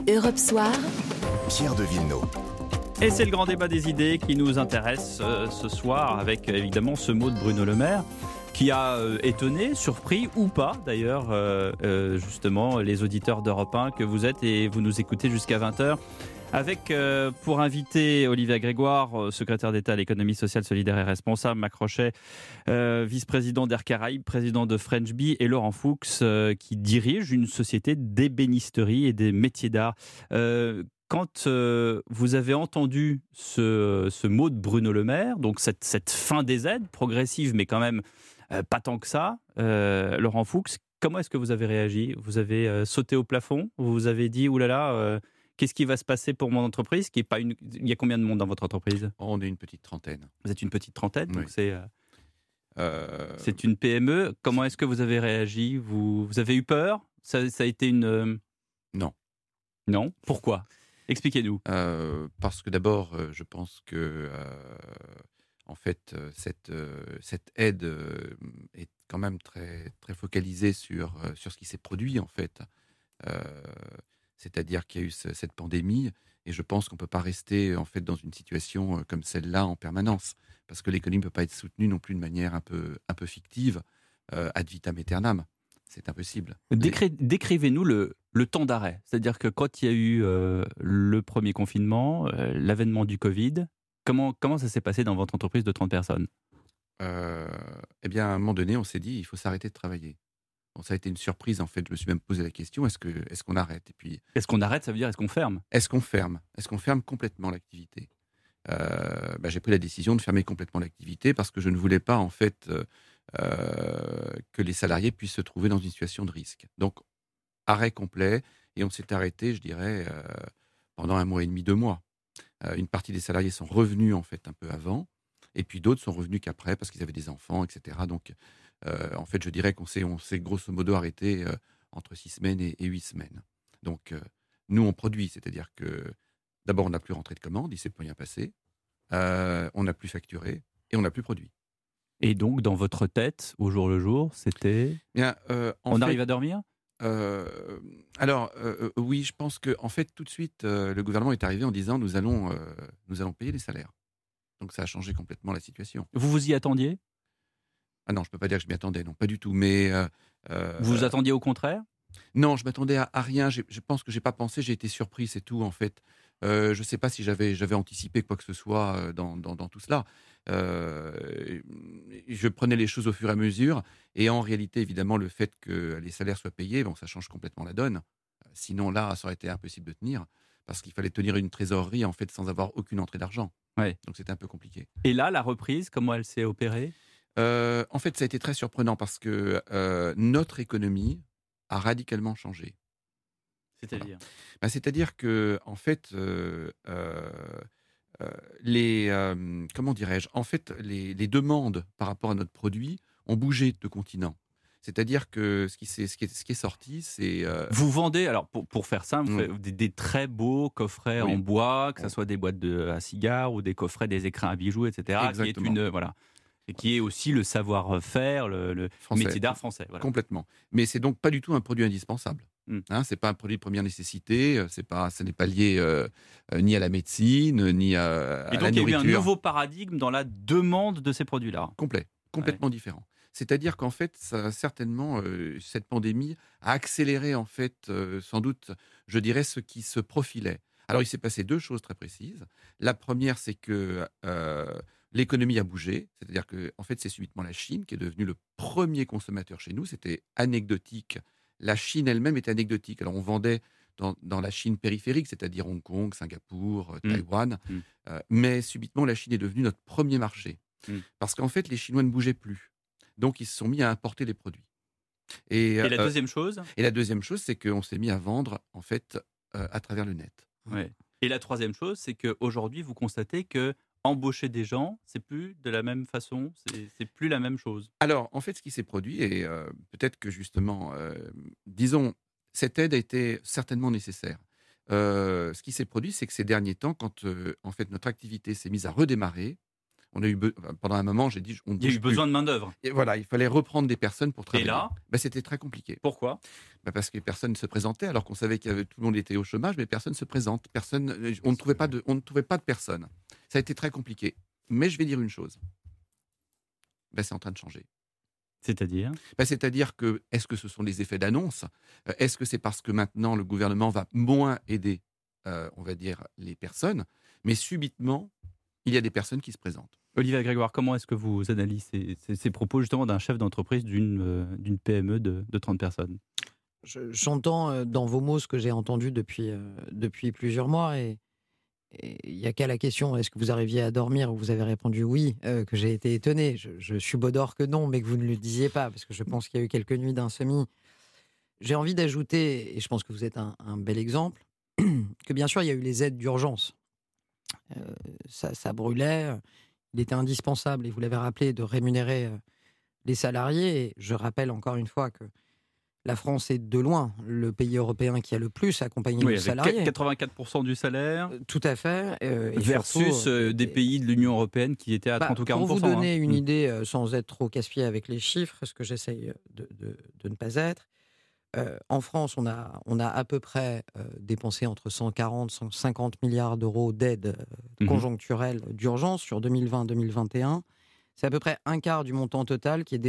Europe Soir, Pierre de Villeneuve. Et c'est le grand débat des idées qui nous intéresse ce soir avec évidemment ce mot de Bruno Le Maire qui a étonné, surpris ou pas d'ailleurs justement les auditeurs d'Europe 1 que vous êtes et vous nous écoutez jusqu'à 20h. Avec pour invité Olivia Grégoire, secrétaire d'État à l'économie sociale, solidaire et responsable, Marc Rochet, vice-président d'Air Caraïbes, président de French Bee, et Laurent Fuchs, qui dirige une société d'ébénisterie et des métiers d'art. Quand vous avez entendu ce mot de Bruno Le Maire, donc cette fin des aides, progressive mais quand même pas tant que ça, Laurent Fuchs, comment est-ce que vous avez réagi ? Vous avez sauté au plafond ? Vous avez dit « oulala, qu'est-ce qui va se passer pour mon entreprise ?» Il y a combien de monde dans votre entreprise ? On est une petite trentaine. Vous êtes une petite trentaine, donc oui. C'est une PME. Comment est-ce que vous avez réagi ? Vous avez eu peur ? Ça a été une... Non. Non ? Pourquoi ? Expliquez-nous. Parce que d'abord, je pense que en fait, cette aide est quand même très, très focalisée sur ce qui s'est produit, en fait. C'est-à-dire qu'il y a eu cette pandémie, et je pense qu'on ne peut pas rester en fait, dans une situation comme celle-là en permanence, parce que l'économie ne peut pas être soutenue non plus de manière un peu fictive, ad vitam aeternam. C'est impossible. Décrivez-nous le temps d'arrêt. C'est-à-dire que quand il y a eu le premier confinement, l'avènement du Covid, comment ça s'est passé dans votre entreprise de 30 personnes ? Eh bien, à un moment donné, on s'est dit il faut s'arrêter de travailler. Bon, ça a été une surprise, en fait. Je me suis même posé la question, est-ce qu'on arrête ? Et puis, est-ce qu'on arrête, ça veut dire est-ce qu'on ferme ? Est-ce qu'on ferme complètement l'activité ? J'ai pris la décision de fermer complètement l'activité parce que je ne voulais pas, en fait, que les salariés puissent se trouver dans une situation de risque. Donc, arrêt complet, et on s'est arrêté, je dirais, pendant 1 mois et demi, 2 mois. Une partie des salariés sont revenus, en fait, un peu avant, et puis d'autres sont revenus qu'après parce qu'ils avaient des enfants, etc. Donc, en fait, je dirais qu'on s'est grosso modo arrêté entre 6 semaines et 8 semaines. Donc, nous, on produit, c'est-à-dire que d'abord, on n'a plus rentré de commandes, il ne s'est plus rien passé, on n'a plus facturé et on n'a plus produit. Et donc, dans votre tête, au jour le jour, c'était... arrive à dormir ? Oui, je pense que en fait, tout de suite, le gouvernement est arrivé en disant nous allons payer les salaires. Donc, ça a changé complètement la situation. Vous vous y attendiez ? Ah non, je ne peux pas dire que je m'y attendais, non, pas du tout. Mais vous vous attendiez au contraire ? Non, je m'attendais à rien. Je pense que j'ai pas pensé. J'ai été surpris, c'est tout en fait. Je ne sais pas si j'avais anticipé quoi que ce soit dans tout cela. Je prenais les choses au fur et à mesure. Et en réalité, évidemment, le fait que les salaires soient payés, ça change complètement la donne. Sinon, là, ça aurait été impossible de tenir. Parce qu'il fallait tenir une trésorerie en fait, sans avoir aucune entrée d'argent. Ouais. Donc, c'était un peu compliqué. Et là, la reprise, comment elle s'est opérée ? En fait, ça a été très surprenant parce que notre économie a radicalement changé. C'est-à-dire ? Voilà. C'est-à-dire que, en fait, comment dirais-je ? En fait, les demandes par rapport à notre produit ont bougé de continent. C'est-à-dire que ce qui est sorti, c'est... Vous vendez, alors pour faire simple, Oui. des très beaux coffrets en bois, que ce soit des boîtes à cigares ou des coffrets, des écrins à bijoux, etc. Exactement. Et qui est aussi le savoir-faire, le métier d'art français. Voilà. Complètement. Mais c'est donc pas du tout un produit indispensable. C'est pas un produit de première nécessité. Ce n'est pas lié ni à la médecine, ni à la nourriture. Et donc il y a eu un nouveau paradigme dans la demande de ces produits-là. Complètement différent. C'est-à-dire qu'en fait, certainement, cette pandémie a accéléré en fait, sans doute, je dirais, ce qui se profilait. Alors, il s'est passé 2 choses très précises. La première, c'est que l'économie a bougé, c'est-à-dire que en fait, c'est subitement la Chine qui est devenue le premier consommateur chez nous. C'était anecdotique. La Chine elle-même était anecdotique. Alors, on vendait dans la Chine périphérique, c'est-à-dire Hong Kong, Singapour, Taïwan. Mais subitement, la Chine est devenue notre premier marché. Parce qu'en fait, les Chinois ne bougeaient plus. Donc, ils se sont mis à importer les produits. Et la deuxième chose ? Et la deuxième chose, c'est qu'on s'est mis à vendre, en fait, à travers le net. Ouais. Et la troisième chose, c'est qu'aujourd'hui, vous constatez que embaucher des gens, c'est plus de la même façon, c'est plus la même chose. Alors, en fait, ce qui s'est produit, et peut-être que justement, disons, cette aide a été certainement nécessaire. Ce qui s'est produit, c'est que ces derniers temps, quand en fait notre activité s'est mise à redémarrer, On a eu pendant un moment, j'ai dit, on Il y a eu besoin de main-d'œuvre. Et voilà, il fallait reprendre des personnes pour travailler. Et là, c'était très compliqué. pourquoi ? Parce que personne ne se présentait, alors qu'on savait que tout le monde était au chômage, mais personne ne se présente. On ne trouvait pas de personnes. Ça a été très compliqué. Mais je vais dire une chose. C'est en train de changer. C'est-à-dire ? C'est-à-dire que, est-ce que ce sont les effets d'annonce ? Est-ce que c'est parce que maintenant le gouvernement va moins aider, on va dire, les personnes ? Mais subitement, il y a des personnes qui se présentent. Olivier Grégoire, comment est-ce que vous analysez ces propos justement d'un chef d'entreprise d'une PME de 30 personnes ? J'entends dans vos mots ce que j'ai entendu depuis plusieurs mois et il n'y a qu'à la question est-ce que vous arriviez à dormir, vous avez répondu oui, que j'ai été étonné. Je subodore que non, mais que vous ne le disiez pas, parce que je pense qu'il y a eu quelques nuits d'insomnie. J'ai envie d'ajouter, et je pense que vous êtes un bel exemple, que bien sûr il y a eu les aides d'urgence. Ça brûlait, il était indispensable, et vous l'avez rappelé, de rémunérer les salariés. Et je rappelle encore une fois que la France est de loin le pays européen qui a le plus accompagné les salariés. 84% du salaire. Tout à fait. Versus surtout, des pays de l'Union européenne qui étaient à 30 ou 40%. Pour vous donner une idée, sans être trop casse-pied avec les chiffres, ce que j'essaye de ne pas être, en France, on a à peu près dépensé entre 140 et 150 milliards d'euros d'aide conjoncturelle d'urgence sur 2020-2021. C'est à peu près un quart du montant total qui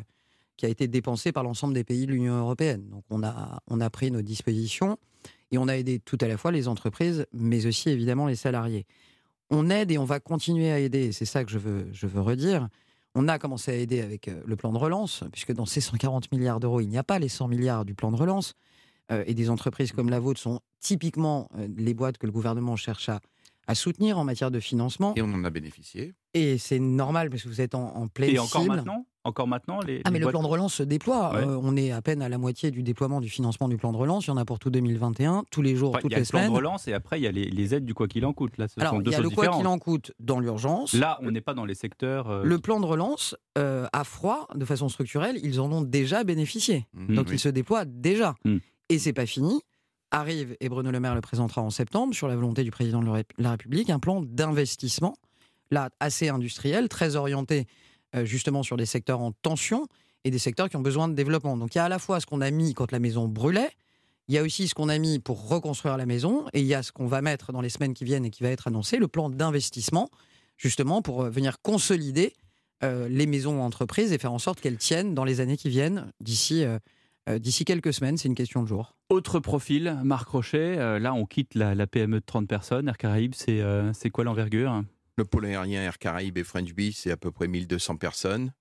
a été dépensé par l'ensemble des pays de l'Union européenne. Donc on a pris nos dispositions et on a aidé tout à la fois les entreprises, mais aussi évidemment les salariés. On aide et on va continuer à aider, c'est ça que je veux redire. On a commencé à aider avec le plan de relance, puisque dans ces 140 milliards d'euros, il n'y a pas les 100 milliards du plan de relance. Et des entreprises comme la vôtre sont typiquement les boîtes que le gouvernement cherche à soutenir en matière de financement. Et on en a bénéficié. Et c'est normal, parce que vous êtes en pleine cible. Encore maintenant mais le plan de relance se déploie. Ouais. On est à peine à la moitié du déploiement du financement du plan de relance. Il y en a pour tout 2021, tous les jours, toutes les semaines. Il y a le plan de relance et après, il y a les aides du quoi qu'il en coûte. Là, alors, il y a le quoi qu'il en coûte dans l'urgence. Là, on n'est pas dans les secteurs... Le plan de relance, à froid, de façon structurelle, ils en ont déjà bénéficié. Donc, il se déploie déjà. Et c'est pas fini. Arrive, et Bruno Le Maire le présentera en septembre, sur la volonté du président de la République, un plan d'investissement, là, assez industriel, très orienté justement sur des secteurs en tension et des secteurs qui ont besoin de développement. Donc il y a à la fois ce qu'on a mis quand la maison brûlait, il y a aussi ce qu'on a mis pour reconstruire la maison, et il y a ce qu'on va mettre dans les semaines qui viennent et qui va être annoncé, le plan d'investissement, justement pour venir consolider les maisons entreprises et faire en sorte qu'elles tiennent dans les années qui viennent, d'ici quelques semaines, c'est une question de jour. Autre profil, Marc Rochet, là on quitte la PME de 30 personnes, Air Caraïbes, c'est quoi l'envergure ? Le pôle aérien Air Caraïbes et French Bee, c'est à peu près 1200 personnes.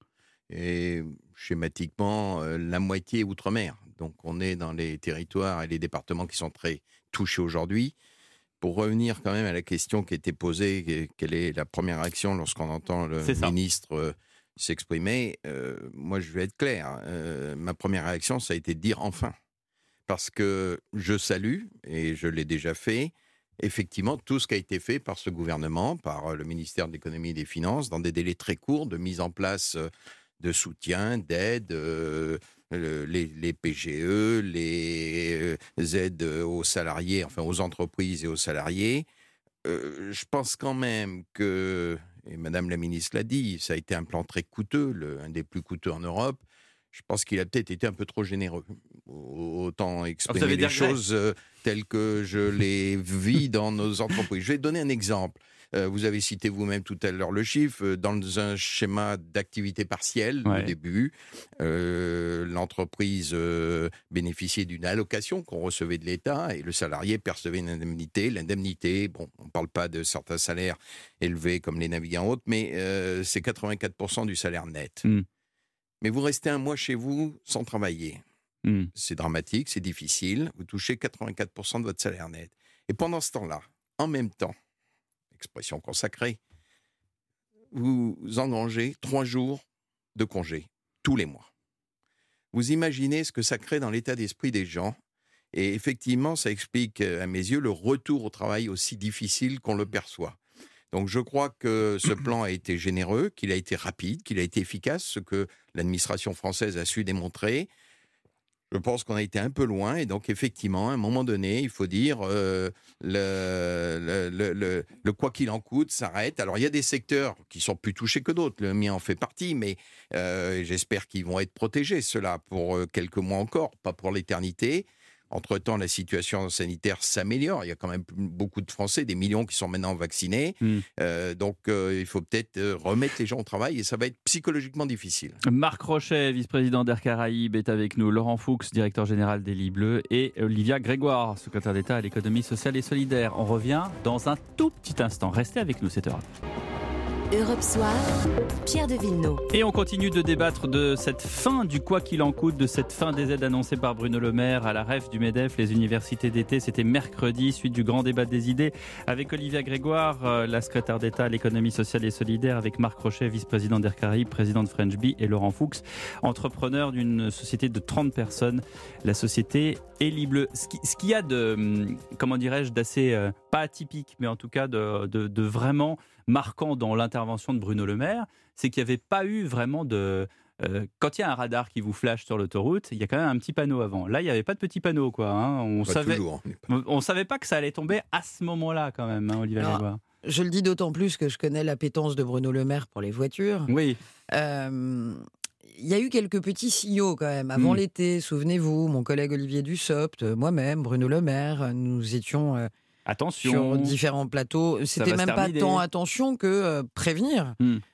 Et schématiquement, la moitié outre-mer. Donc on est dans les territoires et les départements qui sont très touchés aujourd'hui. Pour revenir quand même à la question qui était posée, quelle est la première réaction lorsqu'on entend le ministre s'exprimer, moi je vais être clair. Ma première réaction, ça a été de dire enfin. Parce que je salue, et je l'ai déjà fait, effectivement, tout ce qui a été fait par ce gouvernement, par le ministère de l'économie et des finances, dans des délais très courts de mise en place de soutien, d'aide, les PGE, les aides aux salariés, enfin aux entreprises et aux salariés. Je pense quand même que, et Madame la ministre l'a dit, ça a été un plan très coûteux, un des plus coûteux en Europe. Je pense qu'il a peut-être été un peu trop généreux. Autant exprimer les choses telles que je les vis dans nos entreprises. Je vais donner un exemple. Vous avez cité vous-même tout à l'heure le chiffre. Dans un schéma d'activité partielle, au début, l'entreprise bénéficiait d'une allocation qu'on recevait de l'État et le salarié percevait une indemnité. L'indemnité, on ne parle pas de certains salaires élevés comme les navigants hautes, mais c'est 84% du salaire net. Mais vous restez un mois chez vous sans travailler. C'est dramatique, c'est difficile. Vous touchez 84% de votre salaire net. Et pendant ce temps-là, en même temps, expression consacrée, vous engrangez 3 jours de congé tous les mois. Vous imaginez ce que ça crée dans l'état d'esprit des gens. Et effectivement, ça explique à mes yeux le retour au travail aussi difficile qu'on le perçoit. Donc je crois que ce plan a été généreux, qu'il a été rapide, qu'il a été efficace, ce que l'administration française a su démontrer. Je pense qu'on a été un peu loin et donc effectivement, à un moment donné, il faut dire le quoi qu'il en coûte s'arrête. Alors il y a des secteurs qui sont plus touchés que d'autres, le mien en fait partie, mais j'espère qu'ils vont être protégés, ceux-là, pour quelques mois encore, pas pour l'éternité. Entre-temps, la situation sanitaire s'améliore. Il y a quand même beaucoup de Français, des millions qui sont maintenant vaccinés. Donc, il faut peut-être remettre les gens au travail et ça va être psychologiquement difficile. Marc Rochet, vice-président d'Air Caraïbes, est avec nous. Laurent Fuchs, directeur général des Lits Bleus. Et Olivia Grégoire, secrétaire d'État à l'économie sociale et solidaire. On revient dans un tout petit instant. Restez avec nous, 7h. Europe Soir, Pierre de Villeneuve. Et on continue de débattre de cette fin du quoi qu'il en coûte, de cette fin des aides annoncées par Bruno Le Maire à la REF du MEDEF, les universités d'été. C'était mercredi, suite du grand débat des idées avec Olivia Grégoire, la secrétaire d'État à l'économie sociale et solidaire, avec Marc Rochet, vice-président d'Air Caraïbes, président de French Bee, et Laurent Fuchs, entrepreneur d'une société de 30 personnes, la société Lits Bleus. Ce qu'il y a de, comment dirais-je, d'assez, pas atypique, mais en tout cas de vraiment marquant dans l'intervention de Bruno Le Maire, c'est qu'il n'y avait pas eu vraiment de... quand il y a un radar qui vous flash sur l'autoroute, il y a quand même un petit panneau avant. Là, il n'y avait pas de petit panneau, quoi. Hein. On savait pas que ça allait tomber à ce moment-là, quand même, hein, Olivier Grégoire. Je le dis d'autant plus que je connais l'appétence de Bruno Le Maire pour les voitures. Oui. Il y a eu quelques petits signaux quand même. Avant l'été, souvenez-vous, mon collègue Olivier Dussopt, moi-même, Bruno Le Maire, nous étions... Attention. Sur différents plateaux. C'était même pas tant attention que prévenir.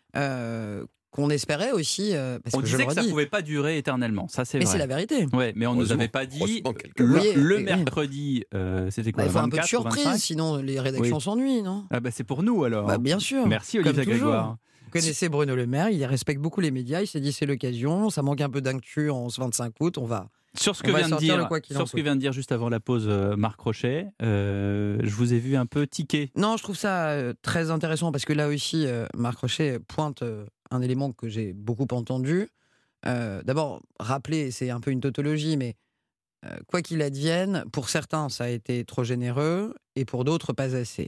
Qu'on espérait aussi. Parce on que disait que ça ne pouvait pas durer éternellement. Ça, c'est vrai. Mais c'est la vérité. Ouais, mais on ne nous avait pas dit. Le mercredi, c'était quoi, il faut 24, un peu de surprise, sinon les rédactions s'ennuient, non? Ah bah, c'est pour nous alors. Bah, bien sûr. Merci Olivier Grégoire. Vous connaissez Bruno Le Maire, il respecte beaucoup les médias. Il s'est dit c'est l'occasion. Ça manque un peu d'actu en ce 25 août. On va. Sur ce que vient de dire juste avant la pause Marc Rochet, je vous ai vu un peu tiquer. Non, je trouve ça très intéressant parce que là aussi, Marc Rochet pointe un élément que j'ai beaucoup entendu. D'abord, rappeler, c'est un peu une tautologie, mais quoi qu'il advienne, pour certains, ça a été trop généreux et pour d'autres, pas assez.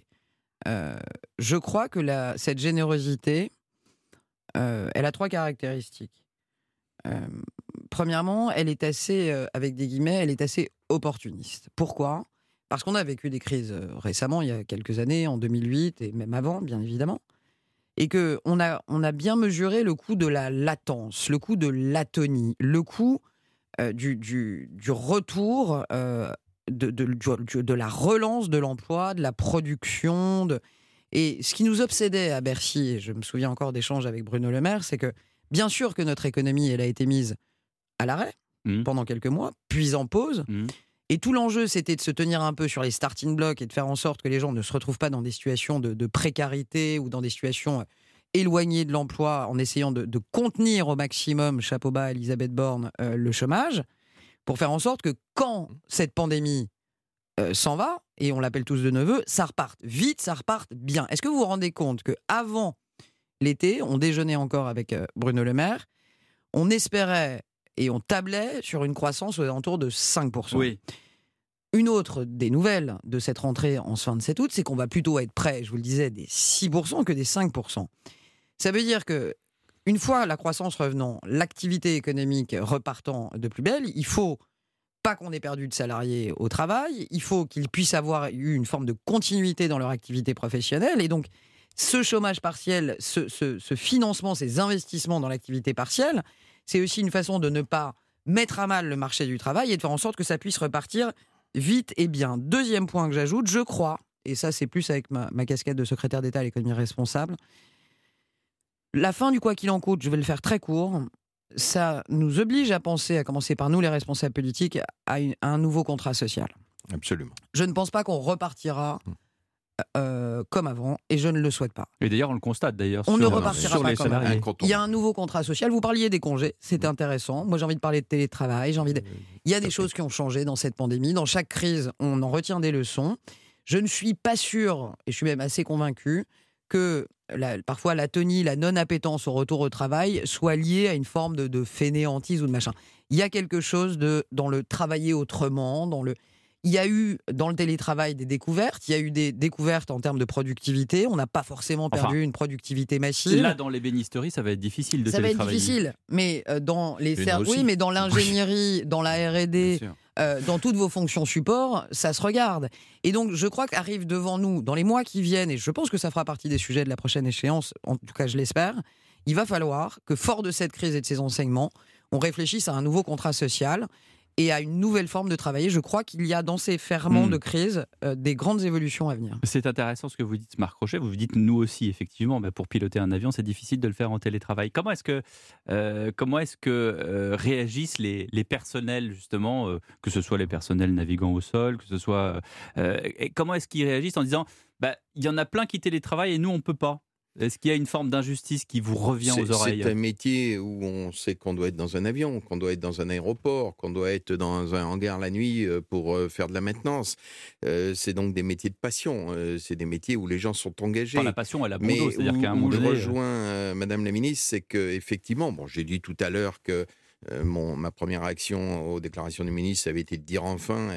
Je crois que cette générosité, elle a 3 caractéristiques. Premièrement, elle est assez, avec des guillemets, elle est assez opportuniste. Pourquoi ? Parce qu'on a vécu des crises récemment, il y a quelques années, en 2008 et même avant, bien évidemment, et qu'on a bien mesuré le coût de la latence, le coût de l'atonie, le coût du retour, de la relance de l'emploi, de la production. Et ce qui nous obsédait à Bercy, et je me souviens encore d'échanges avec Bruno Le Maire, c'est que bien sûr que notre économie, elle a été mise à l'arrêt pendant quelques mois, puis en pause. Et tout l'enjeu, c'était de se tenir un peu sur les starting blocks et de faire en sorte que les gens ne se retrouvent pas dans des situations de précarité ou dans des situations éloignées de l'emploi, en essayant de contenir au maximum, chapeau bas à Elisabeth Borne, le chômage, pour faire en sorte que quand cette pandémie s'en va, et on l'appelle tous de neveu, ça reparte vite, ça reparte bien. Est-ce que vous vous rendez compte qu'avant l'été, on déjeunait encore avec Bruno Le Maire, on espérait et on tablait sur une croissance aux alentours de 5%. Oui. Une autre des nouvelles de cette rentrée en ce 27 août, c'est qu'on va plutôt être près, je vous le disais, des 6% que des 5%. Ça veut dire que une fois la croissance revenant, l'activité économique repartant de plus belle, il faut pas qu'on ait perdu de salariés au travail, il faut qu'ils puissent avoir eu une forme de continuité dans leur activité professionnelle, et donc ce chômage partiel, ce financement, ces investissements dans l'activité partielle, c'est aussi une façon de ne pas mettre à mal le marché du travail et de faire en sorte que ça puisse repartir vite et bien. Deuxième point que j'ajoute, je crois, et ça c'est plus avec ma casquette de secrétaire d'État à l'économie responsable, la fin du quoi qu'il en coûte, je vais le faire très court, ça nous oblige à penser, à commencer par nous les responsables politiques, à un nouveau contrat social. Absolument. Je ne pense pas qu'on repartira comme avant, et je ne le souhaite pas. Et d'ailleurs, on le constate d'ailleurs. On ne repartira pas les comme salariés. avant. Il y a un nouveau contrat social. Vous parliez des congés, c'est intéressant. Moi, j'ai envie de parler de télétravail. Il y a des choses qui ont changé dans cette pandémie. Dans chaque crise, on en retient des leçons. Je ne suis pas sûr, et je suis même assez convaincu, que parfois l'atonie, la non-appétence au retour au travail soit liée à une forme de fainéantise ou de machin. Il y a quelque chose dans le travailler autrement, Il y a eu dans le télétravail des découvertes, il y a eu des découvertes en termes de productivité. On n'a pas forcément perdu une productivité massive. Là, dans l'ébénisterie, ça va être difficile de télétravailler. Ça va être difficile, mais dans les services, oui, mais dans l'ingénierie, dans la R&D, Bien sûr. dans toutes vos fonctions support, ça se regarde. Et donc, je crois qu'arrive devant nous, dans les mois qui viennent, et je pense que ça fera partie des sujets de la prochaine échéance, en tout cas je l'espère, il va falloir que, fort de cette crise et de ces enseignements, on réfléchisse à un nouveau contrat social et à une nouvelle forme de travailler. Je crois qu'il y a dans ces ferments de crise des grandes évolutions à venir. C'est intéressant ce que vous dites, Marc Rochet. Vous dites nous aussi, effectivement, pour piloter un avion, c'est difficile de le faire en télétravail. Comment est-ce que réagissent les personnels, justement, que ce soit les personnels navigants au sol, que ce soit... comment est-ce qu'ils réagissent en disant il y en a plein qui télétravaillent et nous, on ne peut pas? Est-ce qu'il y a une forme d'injustice qui vous revient aux oreilles? C'est un métier où on sait qu'on doit être dans un avion, qu'on doit être dans un aéroport, qu'on doit être dans un hangar la nuit pour faire de la maintenance. C'est donc des métiers de passion. C'est des métiers où les gens sont engagés. Enfin, la passion, elle a bon Mais dos. C'est-à-dire qu'à un moment où je donné... rejoins Madame la Ministre, c'est qu'effectivement, j'ai dit tout à l'heure que ma première réaction aux déclarations du ministre, ça avait été de dire enfin,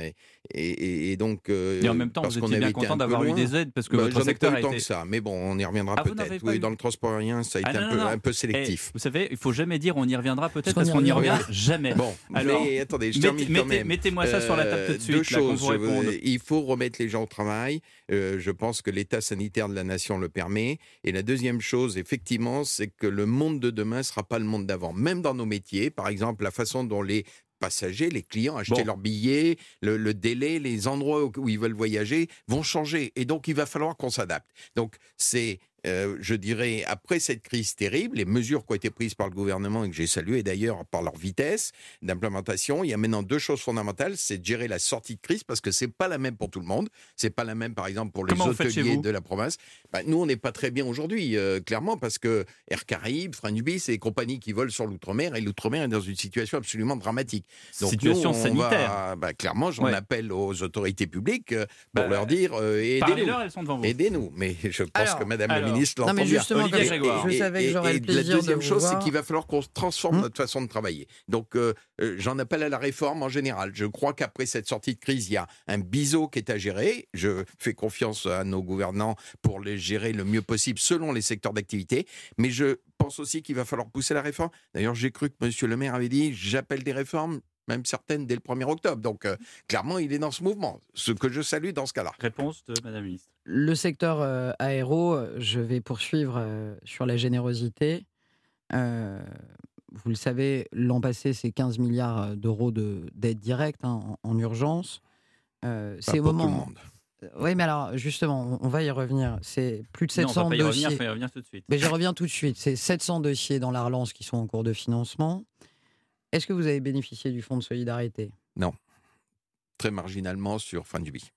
et donc... et en même temps, vous étiez bien content d'avoir eu des aides, parce que votre secteur a été... que ça, mais bon, on y reviendra peut-être. Oui, dans le transport aérien, ça a été un peu sélectif. Vous savez, il ne faut jamais dire on y reviendra peut-être, parce qu'on n'y revient jamais. Bon, alors, mais attendez, je termine quand même. Mettez-moi ça sur la table tout de suite. Deux choses. Il faut remettre les gens au travail. Je pense que l'état sanitaire de la nation le permet. Et la deuxième chose, effectivement, c'est que le monde de demain ne sera pas le monde d'avant. Même dans nos métiers, par exemple, la façon dont les passagers, les clients achetaient leurs billets, le délai, les endroits où ils veulent voyager vont changer. Et donc, il va falloir qu'on s'adapte. Donc, c'est... je dirais, après cette crise terrible, les mesures qui ont été prises par le gouvernement et que j'ai saluées d'ailleurs par leur vitesse d'implémentation, il y a maintenant deux choses fondamentales, c'est de gérer la sortie de crise parce que c'est pas la même pour tout le monde. C'est pas la même, par exemple, pour les hôteliers de la province. Nous, on n'est pas très bien aujourd'hui, clairement, parce que Air Caraïbes, French-Bee, c'est des compagnies qui volent sur l'outre-mer et l'outre-mer est dans une situation absolument dramatique. Donc, situation sanitaire. Clairement, j'en appelle aux autorités publiques pour leur dire aidez-nous. Elles sont devant vous. Aidez-nous. Mais je pense que Madame la ministre l'entend bien. Justement, je savais que j'aurais le plaisir la deuxième de chose, voir. c'est qu'il va falloir qu'on transforme notre façon de travailler. Donc, j'en appelle à la réforme en général. Je crois qu'après cette sortie de crise, il y a un biseau qui est à gérer. Je fais confiance à nos gouvernants pour les gérer le mieux possible selon les secteurs d'activité. Mais je pense aussi qu'il va falloir pousser la réforme. D'ailleurs, j'ai cru que M. le maire avait dit « j'appelle des réformes ». Même certaines dès le 1er octobre. Donc, clairement, il est dans ce mouvement, ce que je salue dans ce cas-là. Réponse de Madame la Ministre. Le secteur aéro, je vais poursuivre sur la générosité. Vous le savez, l'an passé, c'est 15 milliards d'euros d'aide directe en urgence. C'est au moment... tout le monde. Oui, mais alors, justement, on va y revenir. C'est plus de 700 dossiers. Il faut y revenir tout de suite. Mais j'y reviens tout de suite. C'est 700 dossiers dans la relance qui sont en cours de financement. Est-ce que vous avez bénéficié du fonds de solidarité? Non. Très marginalement sur French-Bee.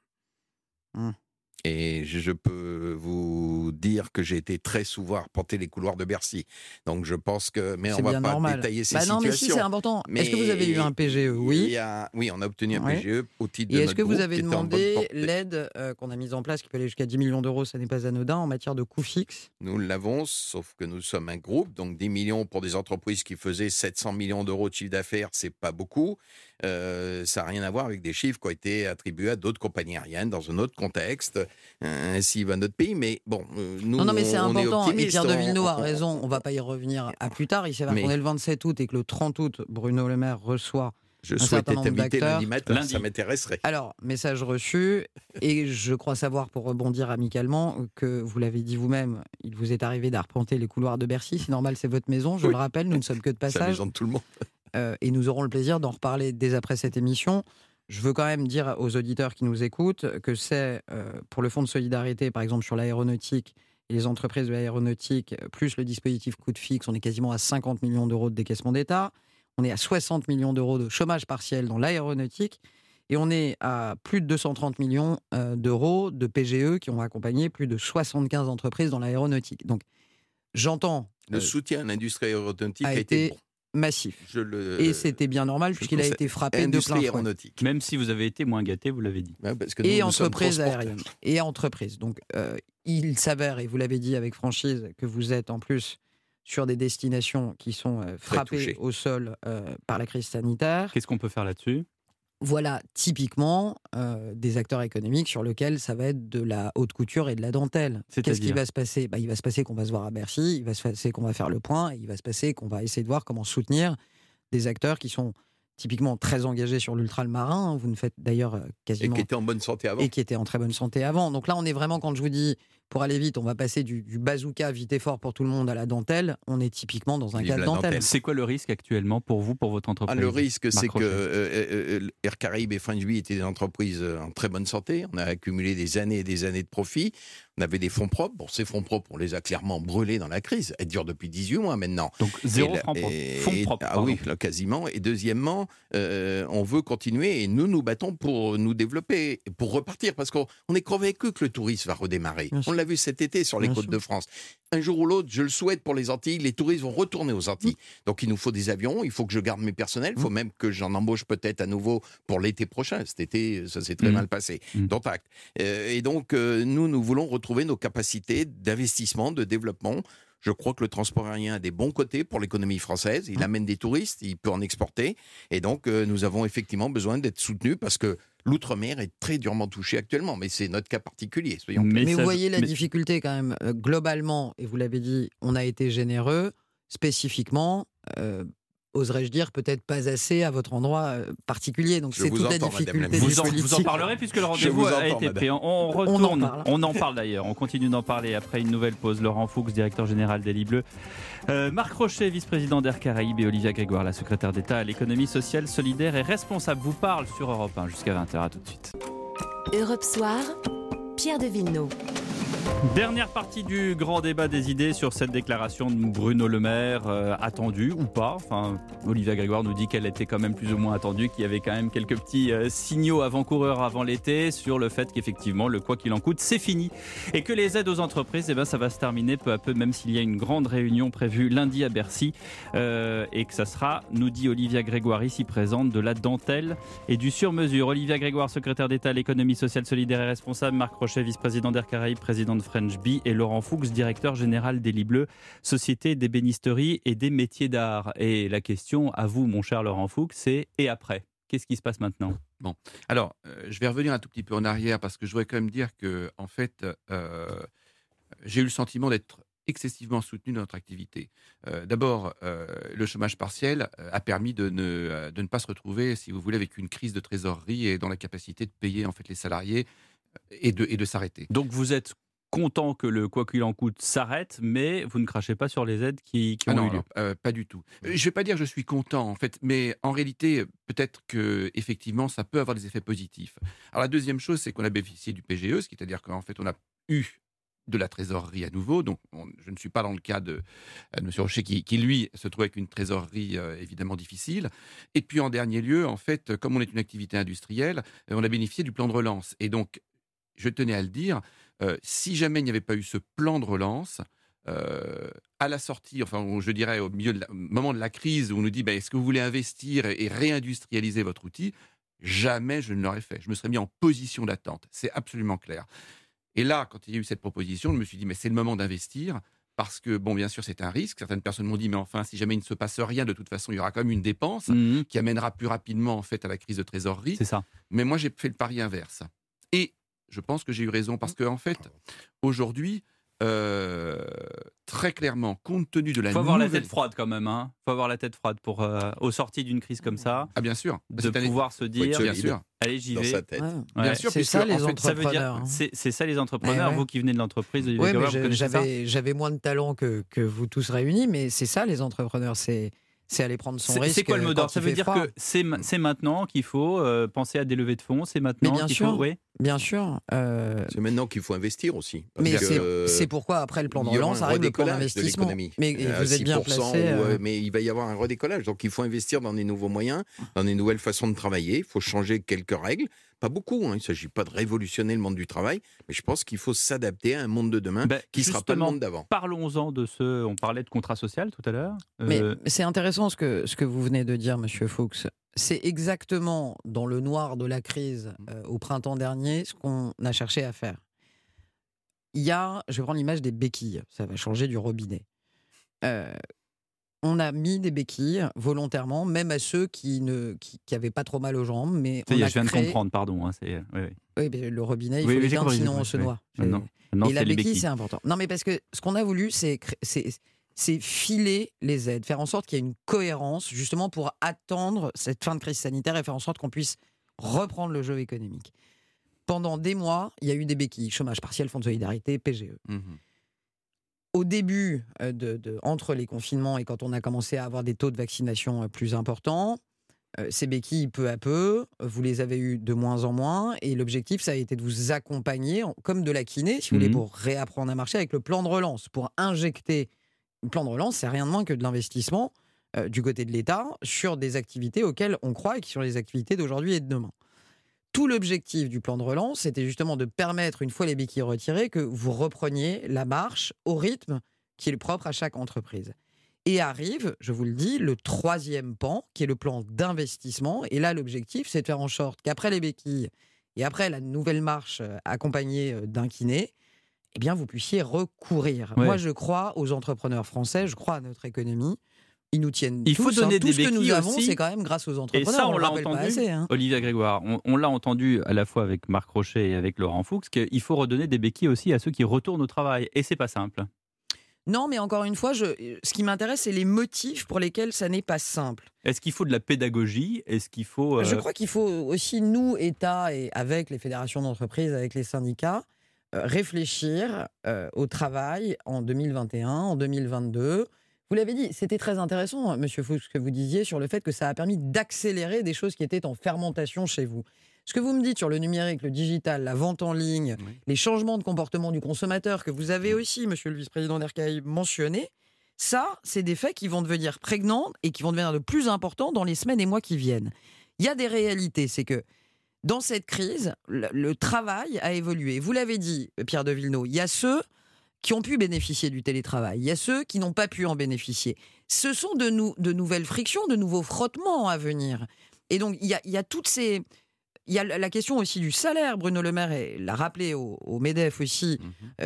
Et je peux vous dire que j'ai été très souvent arpenté les couloirs de Bercy. Donc je pense que... Mais on ne va pas détailler ces situations. Non, mais si, c'est important. Est-ce que vous avez eu un PGE? Oui. Oui, on a obtenu un PGE au titre de Et notre est-ce que vous avez groupe, demandé l'aide qu'on a mise en place, qui peut aller jusqu'à 10 millions d'euros, ça n'est pas anodin, en matière de coûts fixes? Nous l'avons, sauf que nous sommes un groupe, donc 10 millions pour des entreprises qui faisaient 700 millions d'euros de chiffre d'affaires, c'est pas beaucoup. Ça n'a rien à voir avec des chiffres qui ont été attribués à d'autres compagnies aériennes dans un autre contexte. Ainsi va notre pays, mais bon, nous, non, mais c'est important. Et Pierre de Villeneuve a raison, on ne va pas y revenir à plus tard. Il s'avère qu'on est le 27 août et que le 30 août, Bruno Le Maire reçoit Je souhaite être invité lundi matin, ça m'intéresserait. Alors, message reçu, et je crois savoir, pour rebondir amicalement, que vous l'avez dit vous-même, il vous est arrivé d'arpenter les couloirs de Bercy. C'est normal, c'est votre maison, je le rappelle, nous ne sommes que de passage. C'est la maison de tout le monde. Et nous aurons le plaisir d'en reparler dès après cette émission. Je veux quand même dire aux auditeurs qui nous écoutent que c'est, pour le fonds de solidarité, par exemple sur l'aéronautique et les entreprises de l'aéronautique, plus le dispositif coût de fixe, on est quasiment à 50 millions d'euros de décaissement d'État. On est à 60 millions d'euros de chômage partiel dans l'aéronautique. Et on est à plus de 230 millions d'euros de PGE qui ont accompagné plus de 75 entreprises dans l'aéronautique. Donc, j'entends... Le soutien à l'industrie aéronautique a été bon. Massif. Et c'était bien normal puisqu'il a été frappé de plein fouet. Même si vous avez été moins gâté, vous l'avez dit. Ouais, parce que et entreprises aériennes. Et entreprises. Donc, il s'avère, et vous l'avez dit avec franchise, que vous êtes en plus sur des destinations qui sont frappées au sol par la crise sanitaire. Qu'est-ce qu'on peut faire là-dessus ? Voilà, typiquement, des acteurs économiques sur lesquels ça va être de la haute couture et de la dentelle. Qu'est-ce qui va se passer ? Il va se passer qu'on va se voir à Bercy, il va se passer qu'on va faire le point, et il va se passer qu'on va essayer de voir comment soutenir des acteurs qui sont typiquement très engagés sur l'ultramarin. Hein, vous ne faites d'ailleurs quasiment... Et qui étaient en bonne santé avant. Et qui étaient en très bonne santé avant. Donc là, on est vraiment, quand je vous dis, pour aller vite, on va passer du bazooka vite et fort pour tout le monde à la dentelle, on est typiquement dans un cas de dentelle. C'est quoi le risque actuellement pour vous, pour votre entreprise ? Le risque, c'est que Air Caraïbes et French Bee étaient des entreprises en très bonne santé. On a accumulé des années et des années de profit. On avait des fonds propres. Bon, ces fonds propres, on les a clairement brûlés dans la crise. Elle dure depuis 18 mois maintenant. Donc zéro fonds propres. Ah oui, là, quasiment. Et deuxièmement, on veut continuer et nous nous battons pour nous développer, pour repartir. Parce qu'on est convaincu que le tourisme va redémarrer. On l'a vu cet été sur les côtes de France. Un jour ou l'autre, je le souhaite pour les Antilles, les touristes vont retourner aux Antilles. Donc il nous faut des avions, il faut que je garde mes personnels, il faut même que j'en embauche peut-être à nouveau pour l'été prochain. Cet été, ça s'est très mal passé. Donc, acte. Et donc, nous voulons retrouver nos capacités d'investissement, de développement. Je crois que le transport aérien a des bons côtés pour l'économie française. Il amène des touristes, il peut en exporter. Et donc, nous avons effectivement besoin d'être soutenus parce que l'outre-mer est très durement touché actuellement. Mais c'est notre cas particulier, soyons clairs. Mais vous voyez la difficulté quand même. Globalement, et vous l'avez dit, on a été généreux. Spécifiquement, oserais-je dire, peut-être pas assez à votre endroit particulier. Donc c'est toute la difficulté. Vous en parlerez puisque le rendez-vous a été pris. On retourne, on en parle d'ailleurs. On continue d'en parler après une nouvelle pause. Laurent Fuchs, directeur général d'Eli Bleu, Marc Rochet, vice-président d'Air Caraïbes, et Olivia Grégoire, la secrétaire d'État à l'économie sociale, solidaire et responsable, vous parle sur Europe 1 jusqu'à 20h. À tout de suite. Europe Soir, Pierre de Villeneuve. Dernière partie du grand débat des idées sur cette déclaration de Bruno Le Maire, attendue ou pas. Enfin, Olivia Grégoire nous dit qu'elle était quand même plus ou moins attendue, qu'il y avait quand même quelques petits signaux avant-coureurs avant l'été sur le fait qu'effectivement, le quoi qu'il en coûte, c'est fini. Et que les aides aux entreprises, ça va se terminer peu à peu, même s'il y a une grande réunion prévue lundi à Bercy. Et que ça sera, nous dit Olivia Grégoire, ici présente, de la dentelle et du sur-mesure. Olivia Grégoire, secrétaire d'État à l'économie sociale, solidaire et responsable. Marc Rochet, vice-président d'Air Caraïbes, président de French Bee, et Laurent Fuchs, directeur général d'Eli Bleu, société d'ébénisterie et des métiers d'art. Et la question à vous, mon cher Laurent Fuchs, c'est et après ? Qu'est-ce qui se passe maintenant ? Bon, alors, je vais revenir un tout petit peu en arrière parce que je voudrais quand même dire que, en fait, j'ai eu le sentiment d'être excessivement soutenu dans notre activité. D'abord, le chômage partiel a permis de ne pas se retrouver, si vous voulez, avec une crise de trésorerie et dans la capacité de payer en fait les salariés et de s'arrêter. Donc vous êtes content que le quoi qu'il en coûte s'arrête, mais vous ne crachez pas sur les aides qui ont eu lieu. Pas du tout. Je ne vais pas dire que je suis content, en fait, mais en réalité, peut-être que effectivement, ça peut avoir des effets positifs. Alors la deuxième chose, c'est qu'on a bénéficié du PGE, c'est-à-dire qu'en fait, on a eu de la trésorerie à nouveau. Donc, je ne suis pas dans le cas de M. Rochet qui, lui, se trouve avec une trésorerie évidemment difficile. Et puis, en dernier lieu, en fait, comme on est une activité industrielle, on a bénéficié du plan de relance. Et donc, je tenais à le dire, si jamais il n'y avait pas eu ce plan de relance, à la sortie, enfin, je dirais au moment de la crise, où on nous dit est-ce que vous voulez investir et réindustrialiser votre outil, jamais je ne l'aurais fait. Je me serais mis en position d'attente. C'est absolument clair. Et là, quand il y a eu cette proposition, je me suis dit mais c'est le moment d'investir. Parce que, bon, bien sûr, c'est un risque. Certaines personnes m'ont dit, mais enfin, si jamais il ne se passe rien, de toute façon, il y aura quand même une dépense qui amènera plus rapidement, en fait, à la crise de trésorerie. C'est ça. Mais moi, j'ai fait le pari inverse. Et je pense que j'ai eu raison parce qu'en fait, aujourd'hui, très clairement, compte tenu de la faut avoir la tête froide quand même, hein. Faut avoir la tête froide pour aux sorties d'une crise comme ça. Ah bien sûr. De pouvoir se dire, bien sûr. Allez, j'y vais. Dans sa tête. Ouais. Bien sûr, c'est ça les entrepreneurs. C'est ça les entrepreneurs. Vous qui venez de l'entreprise, Olivier Grégoire, j'avais moins de talent que vous tous réunis, mais c'est ça les entrepreneurs. C'est aller prendre son risque. C'est quoi le mot d'ordre ? Ça veut dire que c'est maintenant qu'il faut penser à des levées de fonds. C'est maintenant qu'il faut. Oui. Bien sûr. C'est maintenant qu'il faut investir aussi. Mais c'est pourquoi après le plan de relance arrive le plan d'investissement. Mais vous êtes bien placé. Mais il va y avoir un redécollage. Donc il faut investir dans des nouveaux moyens, dans des nouvelles façons de travailler. Il faut changer quelques règles. Pas beaucoup, il ne s'agit pas de révolutionner le monde du travail, mais je pense qu'il faut s'adapter à un monde de demain qui ne sera pas le monde d'avant. Parlons-en de ce... On parlait de contrat social tout à l'heure. Mais c'est intéressant ce que vous venez de dire, Monsieur Fuchs. C'est exactement dans le noir de la crise au printemps dernier ce qu'on a cherché à faire. Je vais prendre l'image des béquilles, ça va changer du robinet. on a mis des béquilles volontairement, même à ceux qui avaient pas trop mal aux jambes. Mais Ça y est, on a je viens de créé... comprendre, pardon. Oui, mais le robinet, il faut Oui, j'ai l'éteindre, compris, sinon oui, on se oui. noie. Maintenant, Et la c'est les béquille, béquilles. c'est important. Non, mais parce que ce qu'on a voulu, c'est filer les aides, faire en sorte qu'il y ait une cohérence, justement pour attendre cette fin de crise sanitaire et faire en sorte qu'on puisse reprendre le jeu économique. Pendant des mois, il y a eu des béquilles, chômage partiel, fonds de solidarité, PGE. Au début, entre les confinements et quand on a commencé à avoir des taux de vaccination plus importants, ces béquilles, peu à peu, vous les avez eues de moins en moins. Et l'objectif, ça a été de vous accompagner, comme de la kiné, si vous voulez, pour réapprendre à marcher avec le plan de relance, pour injecter. Le plan de relance, c'est rien de moins que de l'investissement du côté de l'État sur des activités auxquelles on croit et qui sont les activités d'aujourd'hui et de demain. Tout l'objectif du plan de relance, c'était justement de permettre, une fois les béquilles retirées, que vous repreniez la marche au rythme qui est le propre à chaque entreprise. Et arrive, je vous le dis, le troisième pan, qui est le plan d'investissement. Et là, l'objectif, c'est de faire en sorte qu'après les béquilles et après la nouvelle marche accompagnée d'un kiné, eh bien, vous puissiez recourir. Ouais. Moi, je crois aux entrepreneurs français, je crois à notre économie. Ils nous tiennent Il faut tous, donner tout des ce que nous béquilles avons, aussi. c'est quand même grâce aux Et entrepreneurs. ça, on le l'a rappelle pas entendu, assez, hein. Olivia Grégoire. On l'a entendu à la fois avec Marc Rochet et avec Laurent Fuchs, qu'il faut redonner des béquilles aussi à ceux qui retournent au travail. Et c'est pas simple. Non, mais encore une fois, ce qui m'intéresse, c'est les motifs pour lesquels ça n'est pas simple. Est-ce qu'il faut de la pédagogie ? Est-ce qu'il faut... Je crois qu'il faut aussi, nous, État, et avec les fédérations d'entreprises, avec les syndicats, réfléchir au travail en 2021, en 2022. Vous l'avez dit, c'était très intéressant, Monsieur Fuchs, ce que vous disiez sur le fait que ça a permis d'accélérer des choses qui étaient en fermentation chez vous. Ce que vous me dites sur le numérique, le digital, la vente en ligne, les changements de comportement du consommateur que vous avez aussi, Monsieur le vice-président d'RKI, mentionné, ça, c'est des faits qui vont devenir prégnants et qui vont devenir de plus importants dans les semaines et mois qui viennent. Il y a des réalités, c'est que dans cette crise, le travail a évolué. Vous l'avez dit, Pierre de Villeneuve, il y a ceux qui ont pu bénéficier du télétravail, il y a ceux qui n'ont pas pu en bénéficier. Ce sont de nouvelles frictions, de nouveaux frottements à venir. Et donc, il y a toutes ces... Il y a la question aussi du salaire. Bruno Le Maire l'a rappelé au MEDEF aussi,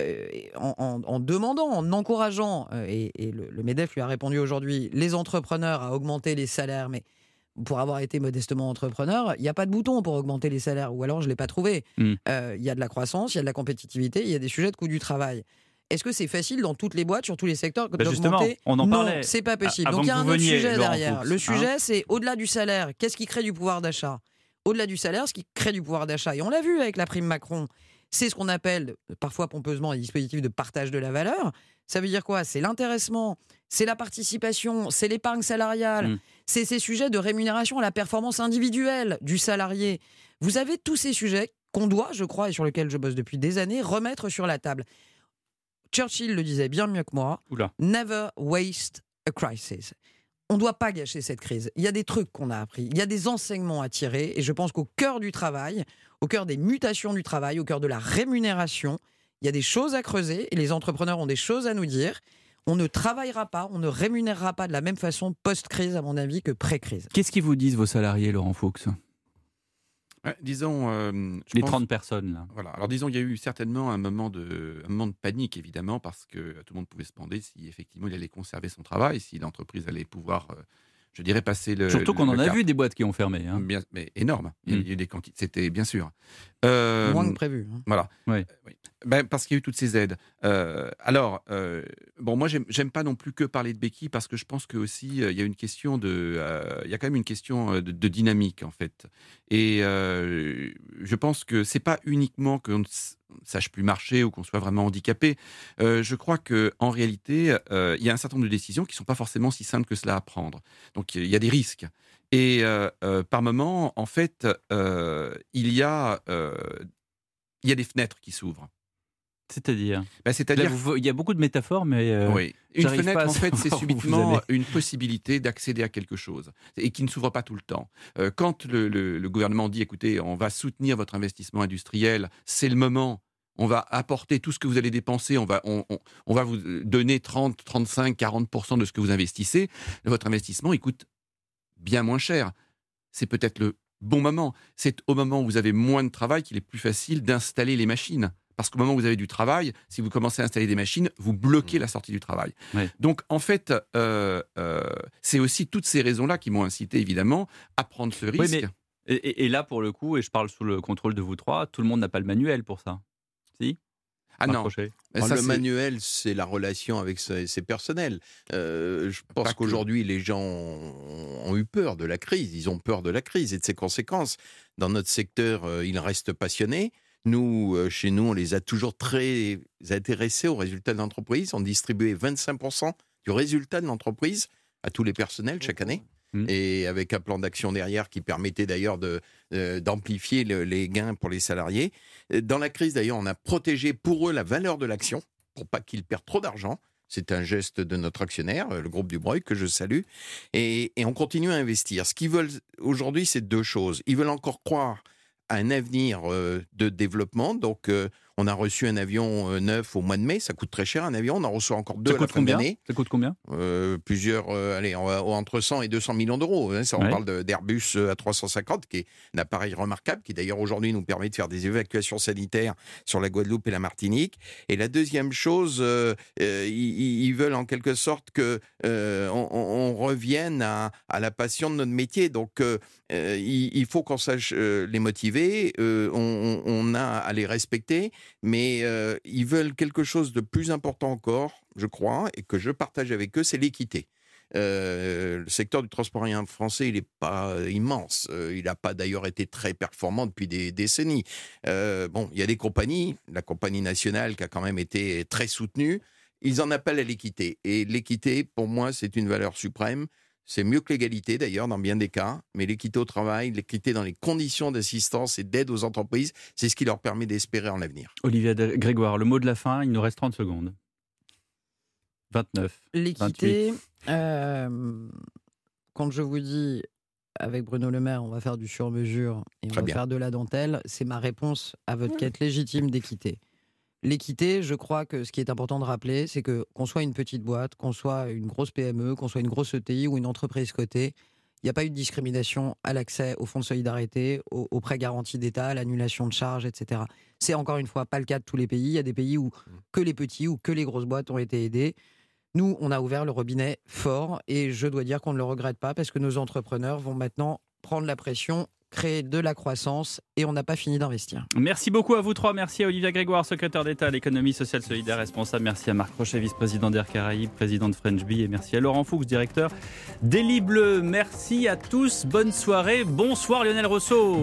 en demandant, en encourageant, et le MEDEF lui a répondu aujourd'hui, les entrepreneurs à augmenter les salaires. Mais pour avoir été modestement entrepreneur, il n'y a pas de bouton pour augmenter les salaires, ou alors je ne l'ai pas trouvé. Il y a de la croissance, il y a de la compétitivité, il y a des sujets de coût du travail. Est-ce que c'est facile dans toutes les boîtes, sur tous les secteurs, d'augmenter ? on en parlait. Non, c'est pas possible. Avant Donc il y a que un vous autre veniez, sujet Laurent derrière. Fuchs, Le sujet, c'est au-delà du salaire. Qu'est-ce qui crée du pouvoir d'achat ? Au-delà du salaire, ce qui crée du pouvoir d'achat, et on l'a vu avec la prime Macron, c'est ce qu'on appelle parfois pompeusement les dispositifs de partage de la valeur. Ça veut dire quoi ? C'est l'intéressement, c'est la participation, c'est l'épargne salariale, c'est ces sujets de rémunération à la performance individuelle du salarié. Vous avez tous ces sujets qu'on doit, je crois, et sur lesquels je bosse depuis des années, remettre sur la table. Churchill le disait bien mieux que moi. Oula. Never waste a crisis. On ne doit pas gâcher cette crise. Il y a des trucs qu'on a appris, il y a des enseignements à tirer, et je pense qu'au cœur du travail, au cœur des mutations du travail, au cœur de la rémunération, il y a des choses à creuser, et les entrepreneurs ont des choses à nous dire. On ne travaillera pas, on ne rémunérera pas de la même façon post-crise, à mon avis, que pré-crise. Qu'est-ce qu'ils vous disent, vos salariés, Laurent Fuchs ? Disons... Les 30 personnes, là. Voilà. Alors disons, il y a eu certainement un moment de panique, évidemment, parce que tout le monde pouvait se demander si effectivement il allait conserver son travail, si l'entreprise allait pouvoir, je dirais, passer le... Surtout qu'on en a vu des boîtes qui ont fermé. Hein. Bien, mais énorme. Il y a eu des quantités, c'était bien sûr. Moins que prévu. Hein. Voilà. Oui. Parce qu'il y a eu toutes ces aides. Bon, moi, j'aime pas non plus que parler de béquilles, parce que je pense que aussi il y a une question il y a quand même une question de dynamique, en fait. Et je pense que c'est pas uniquement qu'on ne sache plus marcher ou qu'on soit vraiment handicapé. Je crois que en réalité, il y a un certain nombre de décisions qui sont pas forcément si simples que cela à prendre. Donc, il y a des risques. Et par moment, en fait, il y a des fenêtres qui s'ouvrent. C'est-à-dire C'est-à-dire... Là, il y a beaucoup de métaphores, mais... Oui. Une fenêtre, en fait, c'est savoir où vous subitement allez. une possibilité d'accéder à quelque chose et qui ne s'ouvre pas tout le temps. Quand le gouvernement dit, écoutez, on va soutenir votre investissement industriel, c'est le moment, on va apporter tout ce que vous allez dépenser, on va vous donner 30, 35, 40% de ce que vous investissez, votre investissement, il coûte bien moins cher. C'est peut-être le bon moment. C'est au moment où vous avez moins de travail qu'il est plus facile d'installer les machines. parce qu'au moment où vous avez du travail, si vous commencez à installer des machines, vous bloquez la sortie du travail. Ouais. Donc, en fait, c'est aussi toutes ces raisons-là qui m'ont incité, évidemment, à prendre ce risque. Oui, mais, et là, pour le coup, et je parle sous le contrôle de vous trois, tout le monde n'a pas le manuel pour ça. Si ? Ah non. Marc-Rochet. Ça, le c'est- manuel, c'est la relation avec ses personnels. Je pense Pas que. qu'aujourd'hui, les gens ont eu peur de la crise. Ils ont peur de la crise et de ses conséquences. Dans notre secteur, ils restent passionnés. Nous, chez nous, on les a toujours très intéressés aux résultats de l'entreprise. On distribuait 25% du résultat de l'entreprise à tous les personnels chaque année. Et avec un plan d'action derrière qui permettait d'ailleurs d'amplifier les gains pour les salariés. Dans la crise, d'ailleurs, on a protégé pour eux la valeur de l'action, pour pas qu'ils perdent trop d'argent. C'est un geste de notre actionnaire, le groupe du Breuil, que je salue. Et on continue à investir. Ce qu'ils veulent aujourd'hui, c'est deux choses. Ils veulent encore croire à un avenir de développement. Donc, on a reçu un avion neuf au mois de mai. Ça coûte très cher, un avion. On en reçoit encore deux à la fin de l'année. Ça coûte combien ? Plusieurs, entre 100 et 200 millions d'euros. Hein, ça, on parle d'Airbus A350, qui est un appareil remarquable, qui d'ailleurs aujourd'hui nous permet de faire des évacuations sanitaires sur la Guadeloupe et la Martinique. Et la deuxième chose, ils veulent en quelque sorte que on revienne à la passion de notre métier. Donc, il faut qu'on sache les motiver, on a à les respecter, mais ils veulent quelque chose de plus important encore, je crois, et que je partage avec eux, c'est l'équité. Le secteur du transport aérien français, il n'est pas immense. Il n'a pas d'ailleurs été très performant depuis des décennies. Il y a des compagnies, la compagnie nationale qui a quand même été très soutenue, ils en appellent à l'équité. Et l'équité, pour moi, c'est une valeur suprême. C'est mieux que l'égalité, d'ailleurs, dans bien des cas. Mais l'équité au travail, l'équité dans les conditions d'assistance et d'aide aux entreprises, c'est ce qui leur permet d'espérer en l'avenir. Olivier Grégoire, le mot de la fin, il nous reste 30 secondes. 29. L'équité, quand je vous dis, avec Bruno Le Maire, on va faire du sur-mesure et on va faire de la dentelle, c'est ma réponse à votre quête légitime d'équité. L'équité, je crois que ce qui est important de rappeler, c'est que qu'on soit une petite boîte, qu'on soit une grosse PME, qu'on soit une grosse ETI ou une entreprise cotée, il n'y a pas eu de discrimination à l'accès au fonds de solidarité, aux prêts garantis d'État, à l'annulation de charges, etc. C'est encore une fois pas le cas de tous les pays. Il y a des pays où que les petits ou que les grosses boîtes ont été aidés. Nous, on a ouvert le robinet fort et je dois dire qu'on ne le regrette pas parce que nos entrepreneurs vont maintenant prendre la pression, créer de la croissance et on n'a pas fini d'investir. Merci beaucoup à vous trois. Merci à Olivier Grégoire, secrétaire d'État à l'économie sociale solidaire responsable. Merci à Marc-Rochet, vice-président d'Air Caraïbes, président de French Bee. Et merci à Laurent Fuchs, directeur d'Eli Bleu. Merci à tous. Bonne soirée. Bonsoir Lionel Rousseau.